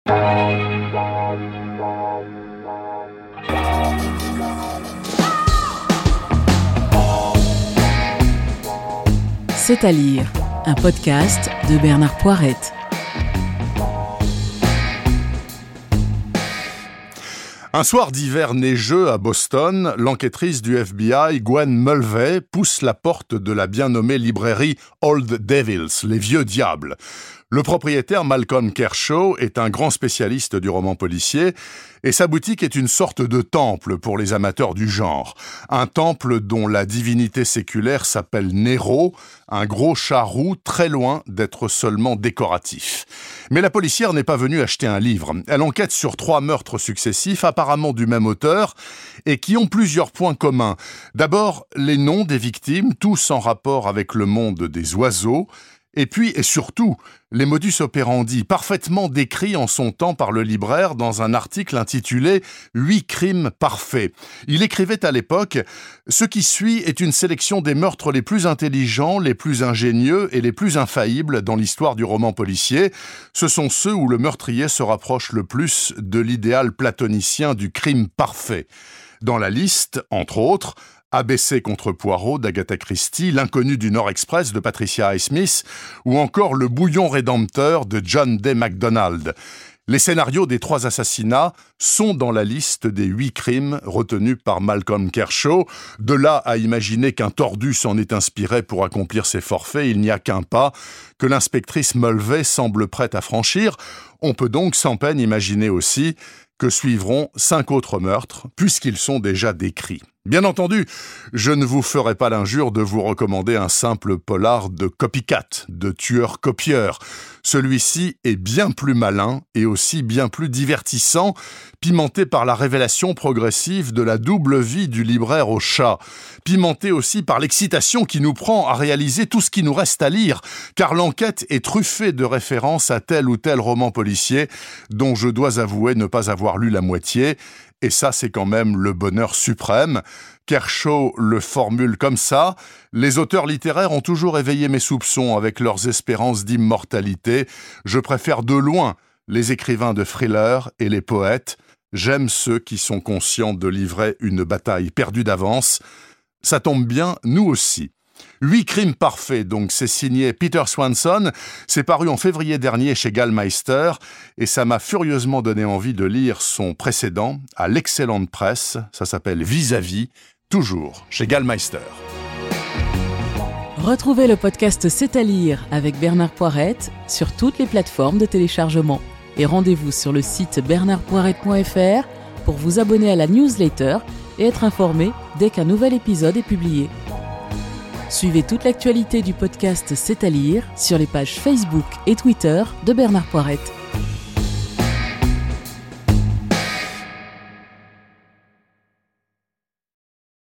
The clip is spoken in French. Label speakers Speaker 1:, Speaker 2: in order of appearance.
Speaker 1: C'est à lire, un podcast de Bernard Poirette.
Speaker 2: Un soir d'hiver neigeux à Boston, l'enquêtrice du FBI, Gwen Mulvey, pousse la porte de la bien nommée librairie Old Devils, les vieux diables. Le propriétaire Malcolm Kershaw est un grand spécialiste du roman policier et sa boutique est une sorte de temple pour les amateurs du genre. Un temple dont la divinité séculaire s'appelle Nero, un gros chat roux très loin d'être seulement décoratif. Mais la policière n'est pas venue acheter un livre. Elle enquête sur 3 meurtres successifs, apparemment du même auteur, et qui ont plusieurs points communs. D'abord, les noms des victimes, tous en rapport avec le monde des oiseaux. Et puis, et surtout, les modus operandi, parfaitement décrits en son temps par le libraire dans un article intitulé « 8 crimes parfaits ». Il écrivait à l'époque « Ce qui suit est une sélection des meurtres les plus intelligents, les plus ingénieux et les plus infaillibles dans l'histoire du roman policier. Ce sont ceux où le meurtrier se rapproche le plus de l'idéal platonicien du crime parfait. » Dans la liste, entre autres, ABC contre Poirot d'Agatha Christie, L'inconnu du Nord Express de Patricia Highsmith ou encore Le bouillon rédempteur de John Day MacDonald. Les scénarios des 3 assassinats sont dans la liste des 8 crimes retenus par Malcolm Kershaw. De là à imaginer qu'un tordu s'en est inspiré pour accomplir ses forfaits, il n'y a qu'un pas que l'inspectrice Mulvey semble prête à franchir. On peut donc sans peine imaginer aussi que suivront 5 autres meurtres, puisqu'ils sont déjà décrits. Bien entendu, je ne vous ferai pas l'injure de vous recommander un simple polar de copycat, de tueur-copieur. Celui-ci est bien plus malin et aussi bien plus divertissant, pimenté par la révélation progressive de la double vie du libraire au chat, pimenté aussi par l'excitation qui nous prend à réaliser tout ce qui nous reste à lire, car l'enquête est truffée de références à tel ou tel roman policier dont je dois avouer ne pas avoir lu la moitié. Et ça, c'est quand même le bonheur suprême. Kershaw le formule comme ça. Les auteurs littéraires ont toujours éveillé mes soupçons avec leurs espérances d'immortalité. Je préfère de loin les écrivains de thrillers et les poètes. J'aime ceux qui sont conscients de livrer une bataille perdue d'avance. Ça tombe bien, nous aussi. 8 crimes parfaits, donc c'est signé Peter Swanson, c'est paru en février dernier chez Gallmeister, et ça m'a furieusement donné envie de lire son précédent, à l'excellente presse, ça s'appelle Vis-à-vis, toujours chez Gallmeister.
Speaker 1: Retrouvez le podcast C'est à lire avec Bernard Poirette sur toutes les plateformes de téléchargement. Et rendez-vous sur le site bernardpoirette.fr pour vous abonner à la newsletter et être informé dès qu'un nouvel épisode est publié. Suivez toute l'actualité du podcast C'est à lire sur les pages Facebook et Twitter de Bernard Poirette.